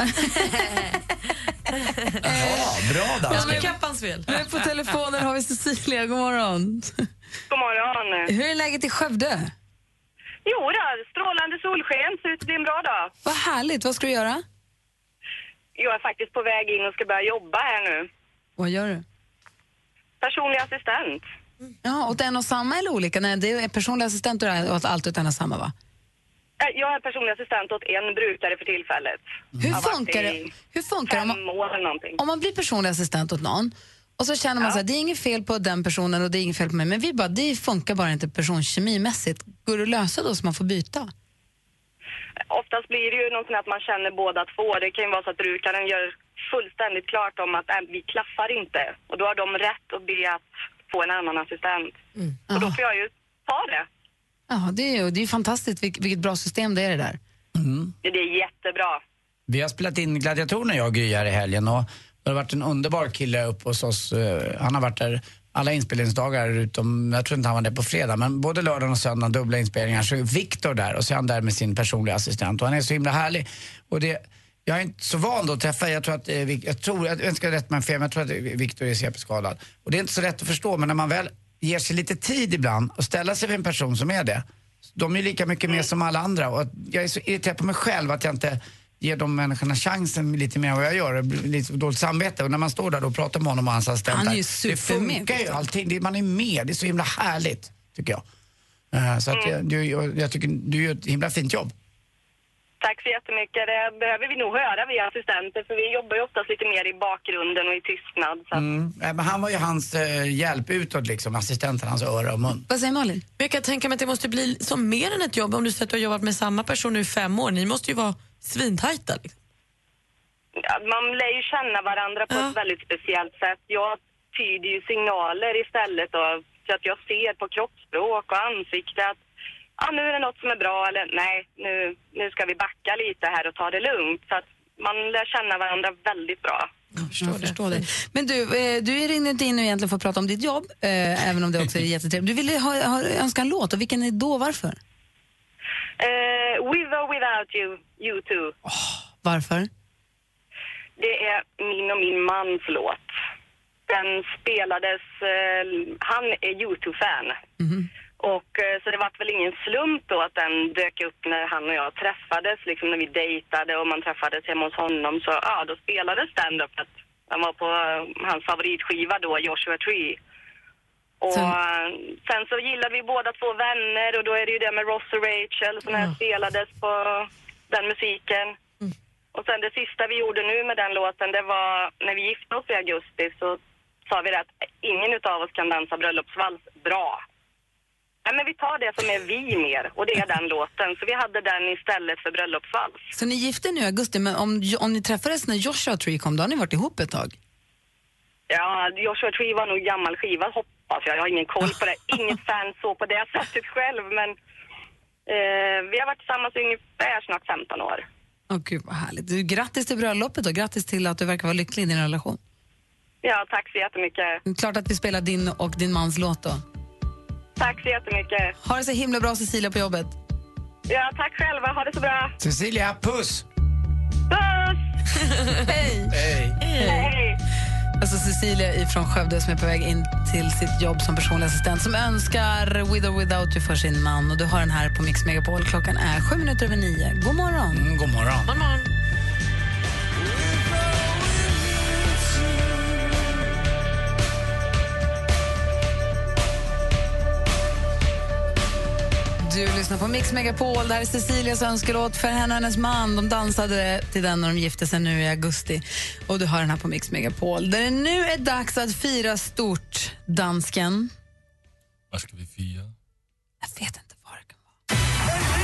Ja, bra dansken. Ja, kappans fel. På telefonen har vi Cecilia. God morgon. God morgon. Hur är läget i Skövde? Jo då, strålande solsken, så det blir en bra dag. Vad härligt. Vad ska du göra? Jag är faktiskt på väg in och ska börja jobba här nu. Vad gör du? Personlig assistent. Ja, åt en och samma eller olika? Nej, det är personlig assistent och åt allt åt en och samma, va? Jag är personlig assistent åt en brukare för tillfället. Hur funkar det? 5 år eller någonting. Om man blir personlig assistent åt någon och så känner man så här, det är inget fel på den personen och det är inget fel på mig, men det funkar bara inte personkemimässigt. Går det att lösa då så man får byta? Oftast blir det ju någonting att man känner båda två. Det kan ju vara så att brukaren gör fullständigt klart om att vi klaffar inte. Och då har de rätt att be att få en annan assistent. Och då får jag ju ta det. Ja, det är ju fantastiskt vilket bra system det är det där. Det är jättebra. Vi har spelat in Gladiatorerna, jag och Gry, här i helgen, och det har varit en underbar kille uppe hos oss. Han har varit där alla inspelningsdagar utom, jag tror inte han var där på fredag, men både lördagen och söndagen, dubbla inspelningar, så är Victor där och så är han där med sin personliga assistent och han är så himla härlig. Och det, jag är inte så van då att träffa, jag önskar rätt mig fel, men jag tror att Victor är CP-skadad. Och det är inte så lätt att förstå, men när man väl ger sig lite tid ibland och ställa sig vid en person som är det, de är ju lika mycket med som alla andra och jag är så irriterad på mig själv att jag inte ger de människorna chansen lite mer än vad jag gör. Lite dåligt samvete. Och när man står där och pratar med honom och hans assistent, han är ju det funkar ju allting. Man är med. Det är så himla härligt, tycker jag. Så att jag tycker du gör ett himla fint jobb. Tack så jättemycket. Det behöver vi nog höra, vi assistenter, för vi jobbar ju oftast lite mer i bakgrunden och i tystnad. Så. Men han var ju hans hjälp utåt, liksom, assistenten, hans öra och mun. Vad säger Malin? Men jag kan tänka mig att det måste bli som mer än ett jobb om du säger att du har jobbat med samma person nu i 5 år. Ni måste ju vara svintajta. Liksom. Ja, man lär ju känna varandra på ett väldigt speciellt sätt. Jag tyder ju signaler istället då, så att jag ser på kroppsspråk och ansikte att nu är det något som är bra, eller nej, nu ska vi backa lite här och ta det lugnt. Så att man lär känna varandra väldigt bra. Jag förstår det. Men du ringde inte in och egentligen för att prata om ditt jobb, även om det också är jättetrevligt. Du ville önska en låt, och vilken är då, varför? With or Without You, U2. Varför? Det är min och min mans låt. Den spelades, han är U2-fan. Och så det var väl ingen slump då att den dök upp när han och jag träffades, liksom när vi dejtade och man träffades hemma hos honom, så då spelades den upp att han var på hans favoritskiva då, Joshua Tree. Och sen så gillade vi båda 2 vänner, och då är det ju det med Ross och Rachel som här spelades på den musiken. Och sen det sista vi gjorde nu med den låten, det var när vi gifte oss i augusti, så sa vi att ingen utav oss kan dansa bröllopsvals bra. Nej, men vi tar det som är vi mer, och det är den låten. Så vi hade den istället för bröllopsvals. Så ni gifte nu i augusti, men om ni träffades när Joshua Tree kom, då har ni varit ihop ett tag? Ja, Joshua Tree var nog gammal skiva, hoppas jag. Jag har ingen koll på det. Inget fan så på det sättet själv, men vi har varit tillsammans i ungefär snart 15 år. Gud vad härligt. Du, grattis till bröllopet och grattis till att du verkar vara lycklig i din relation. Ja, tack så jättemycket. Klart att vi spelar din och din mans låt då. Tack så jättemycket. Ha det så himla bra, Cecilia, på jobbet. Ja, tack själva. Ha det så bra. Cecilia, puss! Puss! Hej! Hej! Alltså Cecilia från Skövde som är på väg in till sitt jobb som personlig assistent, som önskar With or Without You för sin man. Och du har den här på Mix Megapol. Klockan är 7:07. God morgon. God morgon. God morgon. Du lyssnar på Mix Megapol. Det här är Cecilias önskelåt för henne och hennes man. De dansade till den när de gifte sig nu i augusti. Och du har den här på Mix Megapol. Där det nu är dags att fira stort, dansken. Vad ska vi fira? Jag vet inte vad det kan vara.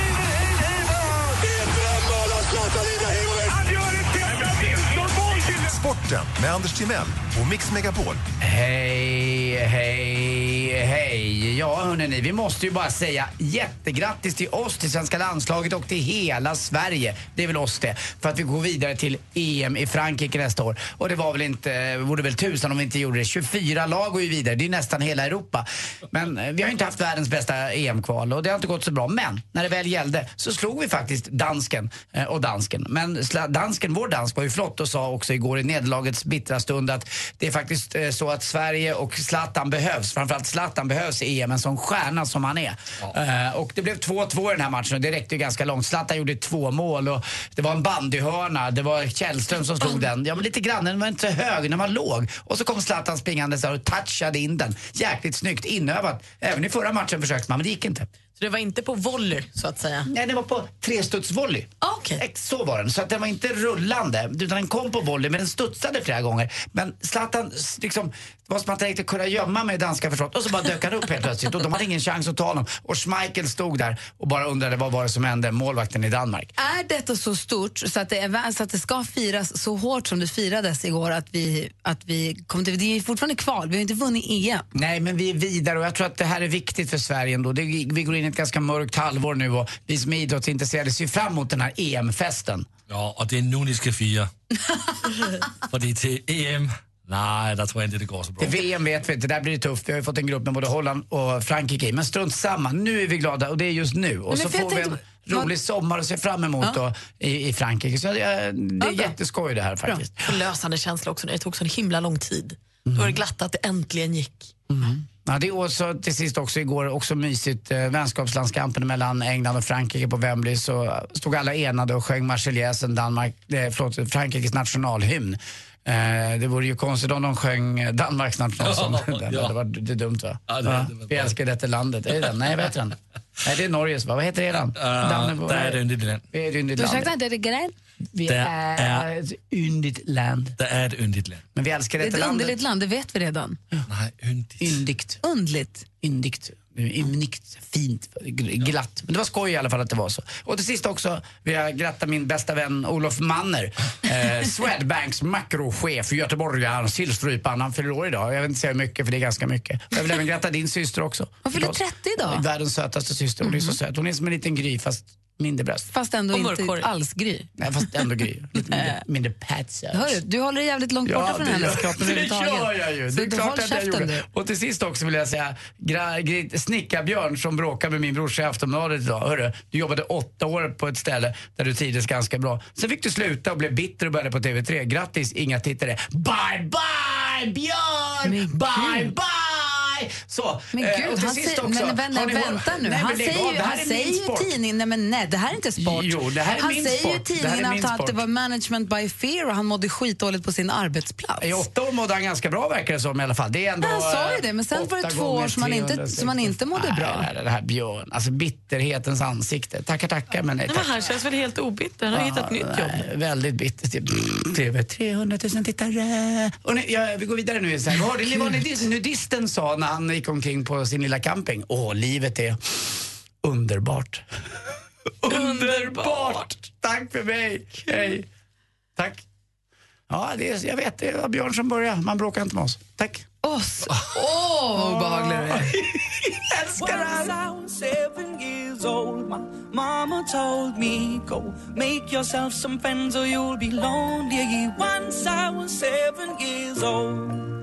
Sporten med Anders Timell och Mix Megapol. Hej, hej, hej. Ja, hörrni, vi måste ju bara säga jättegrattis till oss, till svenska landslaget och till hela Sverige. Det är väl oss det. För att vi går vidare till EM i Frankrike nästa år. Och det var väl inte, vore väl tusan om vi inte gjorde det. 24 lag går ju vidare. Det är nästan hela Europa. Men vi har inte haft världens bästa EM-kval och det har inte gått så bra. Men när det väl gällde så slog vi faktiskt dansken och dansken. Men dansken, vår dansk, var ju flott och sa också igår i nederlagets bittra stund att det är faktiskt så att Sverige och Zlatan behövs. Framförallt Zlatan behövs i EM, en sån stjärna som han är. Ja. Och det blev 2-2 i den här matchen och det räckte ju ganska långt. Zlatan gjorde 2 mål och det var en bandyhörna. Det var Källström som slog den. Ja, men lite grann. Den var inte så hög, den var låg. Och så kom Zlatan springande så och touchade in den. Jäkligt snyggt, inövat. Även i förra matchen försökte man, men det gick inte. Så det var inte på volley, så att säga? Nej, det var på 3-studsvolley. Okay. Så var den. Så att den var inte rullande, utan den kom på volley, men den studsade flera gånger. Men Zlatan, liksom, det var som att han inte kunde gömma med danska försvaret. Och så bara dök han upp helt plötsligt. Och de hade ingen chans att ta honom. Och Schmeichel stod där och bara undrade vad var det som hände, målvakten i Danmark. Är detta så stort så att det ska firas så hårt som det firades igår att vi kommer till, det är fortfarande kval, vi har inte vunnit EM. Nej, men vi är vidare och jag tror att det här är viktigt för Sverige ändå. Vi går in i ett ganska mörkt halvår nu och vi som är idrottsintresserade ser fram emot den här EM-festen. Ja, och det är nu ni ska fira. För till EM Nej, där tror jag inte det går så bra. Till VM vet vi inte, där blir det tufft. Vi har ju fått en grupp med både Holland och Frankrike i. Men strunt samma, nu är vi glada och det är just nu. Och så får vi en rolig sommar att se fram emot då, i Frankrike. Så det är jätteskoj det här faktiskt. Förlösande känsla också, det tog så en himla lång tid. Då var det glatt att det äntligen gick. Ja, det är också till sist också igår också mysigt vänskapslandskampen mellan England och Frankrike på Wembley, så stod alla enade och sjöng Marseljäsen, Frankrikes nationalhymn. Det vore ju konstigt om de sjöng Danmarks nationalsång. Det var det dumt va? Vi älskar detta landet. Är det den? Nej, vad heter den? Nej, det är Norges va? Vad heter det den? Det är det yndigt land. Vi är ett yndigt Du land. försökte inte det grej? Vi är ett yndigt land. Det är ett yndigt land. Men vi älskar Det är detta ett landet. underligt land, det vet vi redan. Nej, yndigt. Yndigt. Undligt. Yndigt. Ymnigt, fint, glatt. Men det var skoj i alla fall att det var så. Och till sist också vill jag gratta min bästa vän Olof Manner. Swedbanks makrochef i Göteborg, han Sillstrypan, han fyller år idag. Jag vill inte säga hur mycket för det är ganska mycket. Och jag vill även gratta din syster också. Hon fyller 30 idag. Världens sötaste syster, hon är så söt. Hon är som en liten gry fast mindre bröst. Fast ändå inte alls Gry. Nej, fast ändå Gry. Lite mindre patsy. Hörru, du håller dig jävligt långt borta från hennes kropp överhuvudtaget. Det gör jag ju. Så Det är klart att jag gjorde. du. Och till sist också vill jag säga Snickarbjörn som bråkar med min brorsa i Aftonbladet idag. Hörru, du jobbade 8 år på ett ställe där du trivdes ganska bra. Sen fick du sluta och blev bitter och började på TV3. Grattis, inga tittare. Bye bye Björn! Bye bye! Så, men gud, han säger, vänta nu. Han säger ju tidningen, nej det här är inte sport. Jo, det här är han min säger sport. ju tidningen att det var management by fear och han mådde skitdåligt på sin arbetsplats. I 8 år mådde han ganska bra verkar det som i alla fall. Det är ändå, han sa ju det, men sen var det 2 år som han inte mådde bra. Nej, det här Björn, alltså bitterhetens ansikte. Tackar, men nej tack. Men han känns väl helt obitter, han har hittat nytt jobb. Väldigt bitter. TV 300 000 tittare. Och vi går vidare nu. Hörde ni vad nudisten sa när han gick omkring på sin lilla camping? Livet är underbart. Underbart! Tack för mig. Hej. Tack. Ja, jag vet, det var Björn som började. Man bråkar inte med oss. Tack. Oss? Vad behaglig du är. Älskar han. 7 years old, my mama told me, go make yourself some friends or you'll be lonely. Once I was 7 years old.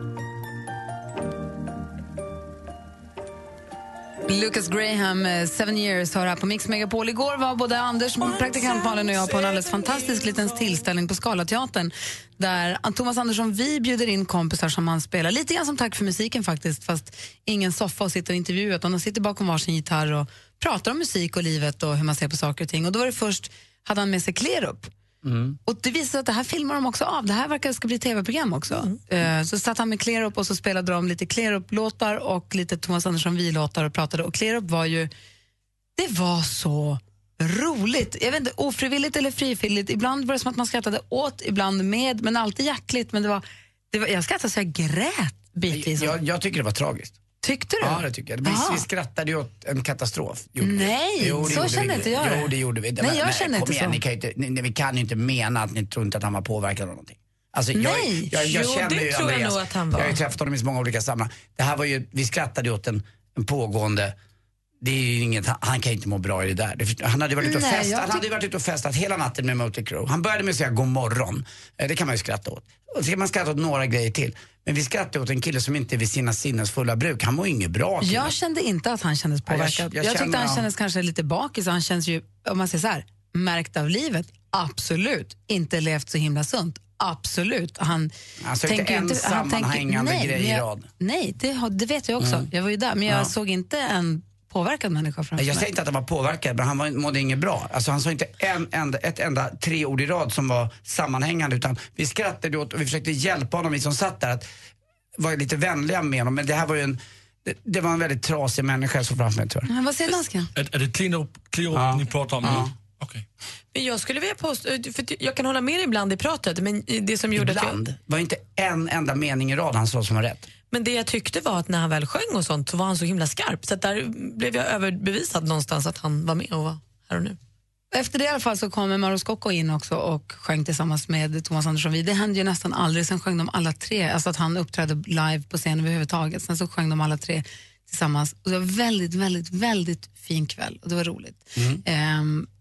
Lucas Graham, 7 years, har här på Mix Megapol. Igår var både Anders, praktikant Malin och jag på en alldeles fantastisk liten tillställning på Scalateatern där Thomas Andersson, vi bjuder in kompisar som han spelar. Lite grann som tack för musiken faktiskt, fast ingen soffa och sitter och intervjuar utan de sitter bakom varsin gitarr och pratar om musik och livet och hur man ser på saker och ting. Och då var det först, hade han med sig Klerup. Och det visade sig att det här filmar de också av. Det här verkar ska bli tv-program också. Så satt han med Klerup och så spelade de lite Klerup-låtar och lite Thomas Andersson vi-låtar och pratade. Och Klerup var ju, det var så roligt. Jag vet inte, ofrivilligt eller frivilligt. Ibland var det som att man skrattade åt, ibland med, men alltid hjärtligt. Men det var jag skrattade så jag grät bitvis. Jag tycker det var tragiskt. Tyckte du? Ja, det tycker jag. Vi skrattade ju åt en katastrof. Nej, så kände inte jag det. Jo, det gjorde vi. Nej, jag kände inte så. Vi kan ju inte mena att ni tror inte att han var påverkad av någonting. Alltså, nej, jag känner ju tror Andreas. jag nog att han var. Jag har ju träffat honom i så många olika sammanhang. Det här var ju, vi skrattade ju åt en pågående. Det är ju inget, han kan ju inte må bra i det där. Han hade varit ute och festat. Han hade varit ute och festat hela natten med Mötley Crüe. Han började med att säga god morgon. Det kan man ju skratta åt. Och så kan man skratta åt några grejer till. Men vi skrattade åt en kille som inte är vid sina sinnens fulla bruk. Han var ju inget bra kille. Jag kände inte att han kändes påverkad. Jag tyckte han kändes kanske lite bakis. Han känns ju, om man säger så här, märkt av livet. Absolut. Inte levt så himla sunt. Absolut. Han tänker inte sammanhängande grejer i rad. Nej, det vet jag också. Jag var ju där, men jag såg inte en påverkad människa framför mig. Jag säger inte att han var påverkad, men han mådde inget bra. Alltså, han sa inte ett enda 3 ord i rad som var sammanhängande, utan vi skrattade åt och vi försökte hjälpa honom, vi som satt där, att vara lite vänliga med honom. Men det här var ju det var en väldigt trasig människa som framför mig, tror jag. Men vad säger dansken? Är det Klerup ni pratar om nu? Okay. Jag skulle vilja påstå, för jag kan hålla med dig ibland i pratet, men det som gjorde ibland var inte en enda mening i rad han sa som var rätt. Men det jag tyckte var att när han väl sjöng och sånt så var han så himla skarp. Så att där blev jag överbevisad någonstans att han var med och var här och nu. Efter det i alla fall så kom Mauro Scocco in också och sjöng tillsammans med Thomas Andersson. Det hände ju nästan aldrig. Sen sjöng de alla 3, alltså att han uppträdde live på scenen överhuvudtaget. Sen så sjöng de alla 3 tillsammans. Och det var väldigt, väldigt, väldigt fin kväll och det var roligt.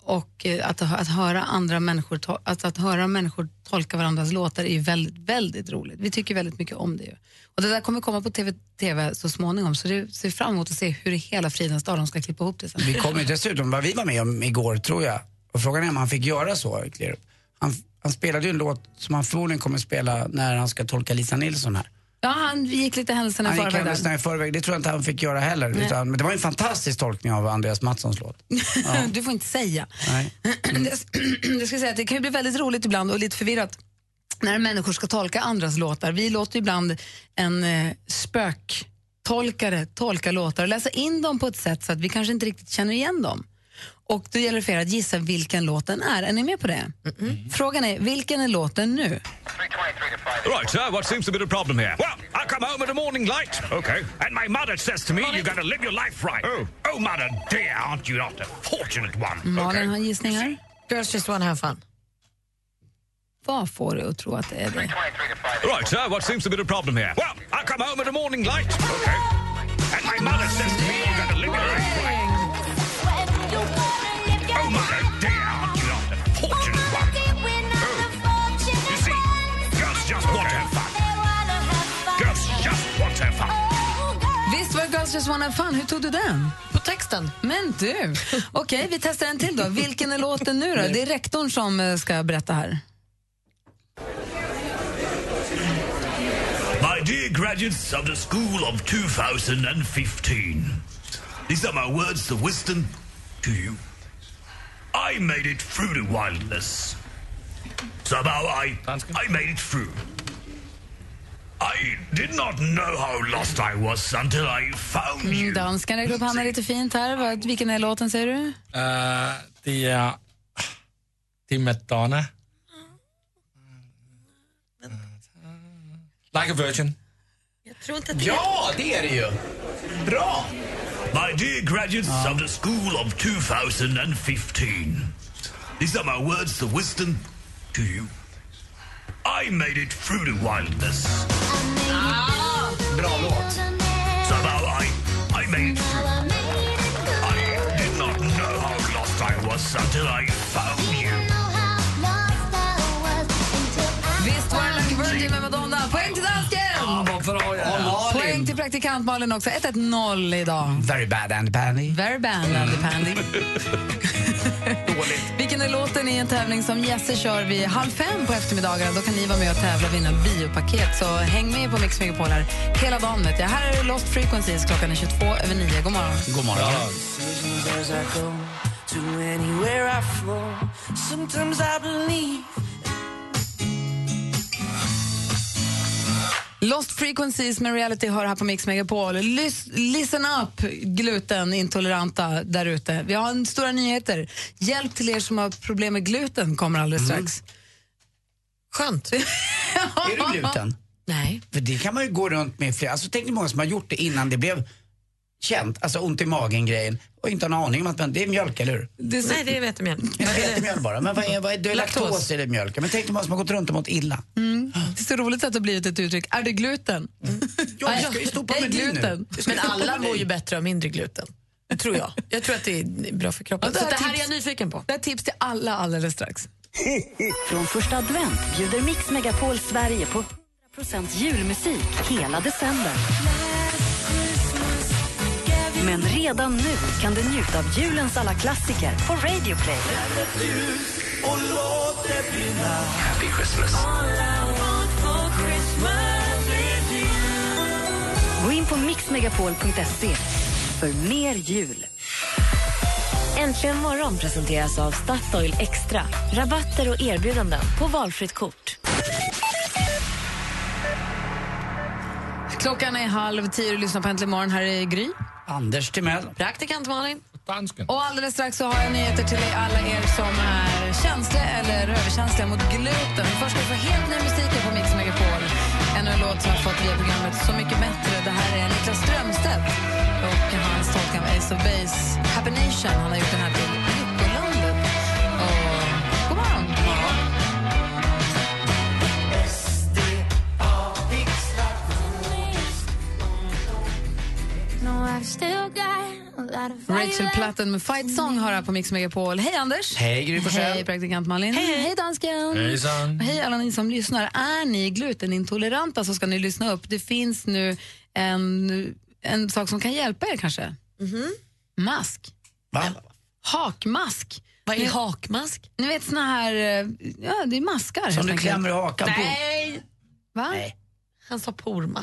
Och att höra andra människor att höra människor tolka varandras låtar är ju väldigt, väldigt roligt. Vi tycker väldigt mycket om det ju. Och det där kommer komma på TV så småningom, så det ser fram emot att se hur i hela fridens dag de ska klippa ihop det sen. Vi kommer dessutom, vad vi var med om igår tror jag, och frågan är om han fick göra så. Han spelade ju en låt som han förmodligen kommer spela när han ska tolka Lisa Nilsson här. Ja, han gick lite händelserna i förväg. Det tror jag inte han fick göra heller. Men det var en fantastisk tolkning av Andreas Mattssons låt. Ja. Du får inte säga. Nej. Jag ska säga att det kan ju bli väldigt roligt ibland och lite förvirrat när människor ska tolka andras låtar. Vi låter ibland en spöktolkare tolka låtar och läsa in dem på ett sätt så att vi kanske inte riktigt känner igen dem. Och då gäller det för er att gissa vilken låten är ni med på det? Frågan är, vilken är låten nu? Right, sir, what seems to be the problem here? Well, I come home in the morning light, okay, and my mother says to me, you gotta live your life right. Oh, mother dear, aren't you not a fortunate one? Malin har gissningar. Girls just wanna have fun. Vad får du att tro att det är det? Right, sir, what seems to be the problem here? Well, I come home in the morning light, okay, and my mother says to me, you gotta live your life right. Oh, mother dear, aren't you not a fortunate one? You see, girls just want to have fun. Girls just want to have fun. Visst var Girls Just Wanna Have Fun. Hur tog du den? På texten. Men du, okej, vi testar en till då. Vilken är låten nu då? Det är rektorn som ska berätta här. My dear graduates of the school of 2015, these are my words of wisdom to you. I made it through the wilderness. Somehow I made it through. I did not know how lost I was until I found you. Danskan räcker upp handen lite fint här. Vilken är låten, säger du? Det är Madonna. Like a Virgin. Jag tror inte att Ja, det är det ju. Bra! My dear graduates of the school of 2015, these are my words of wisdom to you. I made it through the wilderness. Bra låt. Somehow I made it through. I did not know how lost I was until I found you. Visst var det Like a Virgin med Madonna. Poäng till dansken! Ja, varför har jag det? Poäng till praktikant Malin också. 1-1-0 idag. Very bad Andy Pandy. Very bad Andy Pandy. Dåligt. Vilken är låten i en tävling som Jesse kör vid 4:30 på eftermiddagarna? Då kan ni vara med och tävla och vinna biopaket. Så häng med på Mix Megapol här hela dagen. Vet jag. Här är Lost Frequencies, klockan är 22:09. God morgon. God morgon. Lost Frequencies med Reality hör här på Mix Megapol. Listen up, glutenintoleranta där ute. Vi har stora nyheter. Hjälp till er som har problem med gluten kommer alldeles strax. Skönt. Är du gluten? Nej. För det kan man ju gå runt med flera. Alltså tänk dig många som har gjort det innan det blev känt. Alltså ont i magen-grejen. Och inte har en aning om att det är mjölk, eller hur? Nej, det är vetemjöl. Vetemjöl bara. Men vad är det? Laktos är det mjölk. Men tänk dig många som har gått runt och mått illa. Det är så roligt att det har blivit ett uttryck. Är det gluten? Ja, jag ska ju stoppa med gluten. Men alla mår ju bättre av mindre gluten. Tror jag. Jag tror att det är bra för kroppen. Så det här är jag nyfiken på. Det är tips till alla alldeles strax. Från första advent bjuder Mix Megapol Sverige på 100% julmusik hela december. Men redan nu kan du njuta av julens alla klassiker på Radio Play. Happy Christmas. Gå in på mixmegapol.se för mer jul. Äntligen morgon presenteras av Statoil Extra. Rabatter och erbjudanden på valfritt kort. Klockan är 9:30 och lyssnar på Äntligen morgon. Här är Gry. Anders Timell. Praktikant Malin. Och alldeles strax så har jag nyheter till alla er som är känsliga eller överkänsliga mot gluten. Först ska vi få helt ny musik på Mix Megapol. En låt som har fått via programmet Så mycket bättre. Det här är Niklas Strömstedt och hans tolkning av Ace of Base, Happy Nation. Han har gjort den här till Lyckolandet. Och god morgon. No, I've still got a lot Rachel Platten med Fight Song har här på Mix Megapol. Hej Anders. Hej Gry Forssell. Hej praktikant Malin. Hej dansken. Hejsan. Hej alla ni som lyssnar. Är ni glutenintoleranta så ska ni lyssna upp. Det finns nu en sak som kan hjälpa er kanske. Mask. Va? Hakmask. Vad är hakmask? Ni vet såna här, ja det är maskar. Som du klämmer i hakan på. Nej. Va? Nej. Han sa pormask.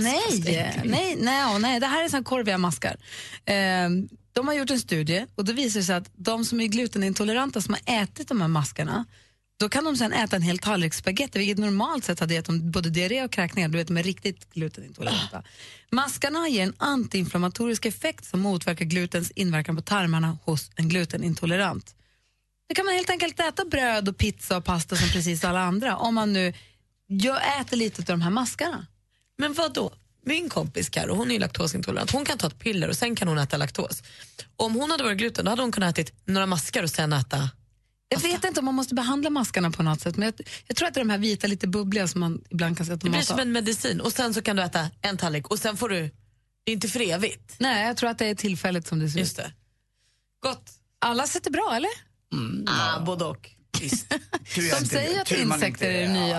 Nej, det här är såna korviga maskar. De har gjort en studie och då visar det sig att de som är glutenintoleranta som har ätit de här maskarna, då kan de sen äta en hel tallrik spaghetti, vilket normalt sett hade gett dem både diarré och kräkningar. Du vet, de är riktigt glutenintoleranta. Maskarna ger en antiinflammatorisk effekt som motverkar glutens inverkan på tarmarna hos en glutenintolerant. Det kan man helt enkelt äta bröd och pizza och pasta som precis alla andra, om man nu äter lite av de här maskarna. Men vad då? Min kompis Karo, hon är ju laktosintolerant. Hon kan ta ett piller och sen kan hon äta laktos. Om hon hade varit gluten, då hade hon kunnat äta några maskar och sen äta. Jag vet inte om man måste behandla maskarna på något sätt, men jag tror att det är de här vita, lite bubbliga som man ibland kan sätta. Det blir som en medicin och sen så kan du äta en tallrik och sen får du, det är inte för evigt. Nej, jag tror att det är tillfälligt som det ser ut. Just det. Gott. Alla sätter bra, eller? Både och. De säger att insekter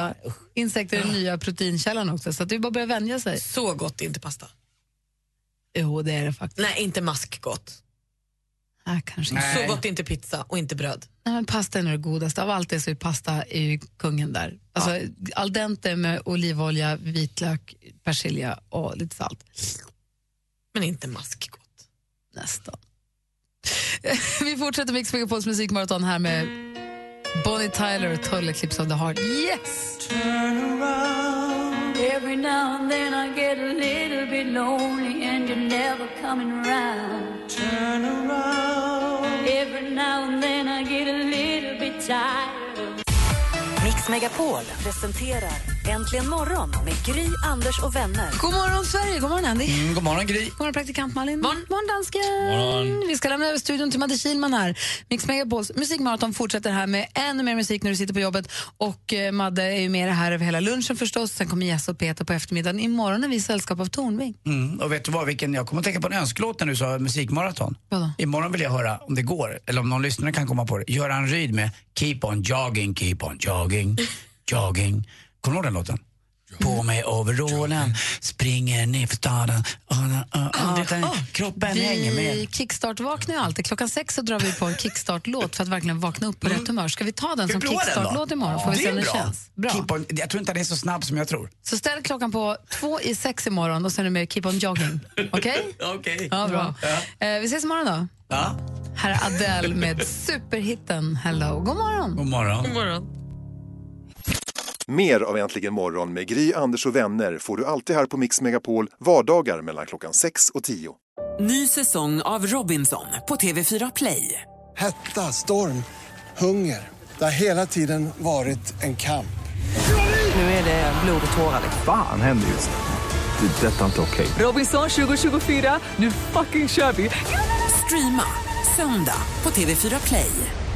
är den nya proteinkällan också, så att det bara börjar vänja sig. Så gott, inte pasta. Jo, det är det faktiskt. Nej, inte maskgott. Kanske. Så gott, inte pizza och inte bröd. Nej, men pasta är nog det godaste. Av allt det så är pasta är kungen där. Alltså, al dente med olivolja, vitlök, persilja och lite salt. Men inte maskgott. Nästan. Vi fortsätter Mix Megapols musikmaraton här med Bonnie Tyler och Total Eclipse of the Heart. Yes! Turn around. Every now and then I get a little bit lonely and you're never coming around. Turn around. Every now and then I get a little bit tired. Mix Megapol presenterar Äntligen morgon med Gry, Anders och vänner. God morgon Sverige, god morgon Andy. God morgon Gry. God morgon praktikant Malin. God morgon dansken. Vi ska lämna över studion till Madde Kihlman här. Mix Megapols musikmaraton fortsätter här med ännu mer musik när du sitter på jobbet. Och Madde är ju med här över hela lunchen förstås. Sen kommer Jess och Peter på eftermiddagen. Imorgon är vi sällskap av Tornving. Och vet du vad, jag kommer att tänka på en önskelåt när du sa musikmaraton. Vadå? Imorgon vill jag höra, om det går, eller om någon lyssnare kan komma på det, Göran Ryd med Keep on jogging, jogging. Kommer du ihåg den låten? På mig overallen, springer ner för staden. Kroppen hänger med. Vi kickstart vaknar ju alltid. 6:00 så drar vi på en kickstart-låt för att verkligen vakna upp på rätt humör. Ska vi ta den som kickstart-låt imorgon? Får vi se om det känns. Bra. Jag tror inte den är så snabb som jag tror. Så ställ klockan på 5:55 imorgon och sen är det med Keep on jogging. Okej? Okej. Ja, bra. Vi ses imorgon då. Ja. Här är Adele med superhitten Hello. God morgon. God morgon. God morgon. Mer av Äntligen morgon med Gry, Anders och vänner får du alltid här på Mix Megapol vardagar mellan 6 och 10. Ny säsong av Robinson på TV4 Play. Hetta, storm, hunger. Det har hela tiden varit en kamp. Nu är det blod och tårar. Fan händer just det. Det är detta inte okej. Robinson 2024, nu fucking kör vi. Streama söndag på TV4 Play.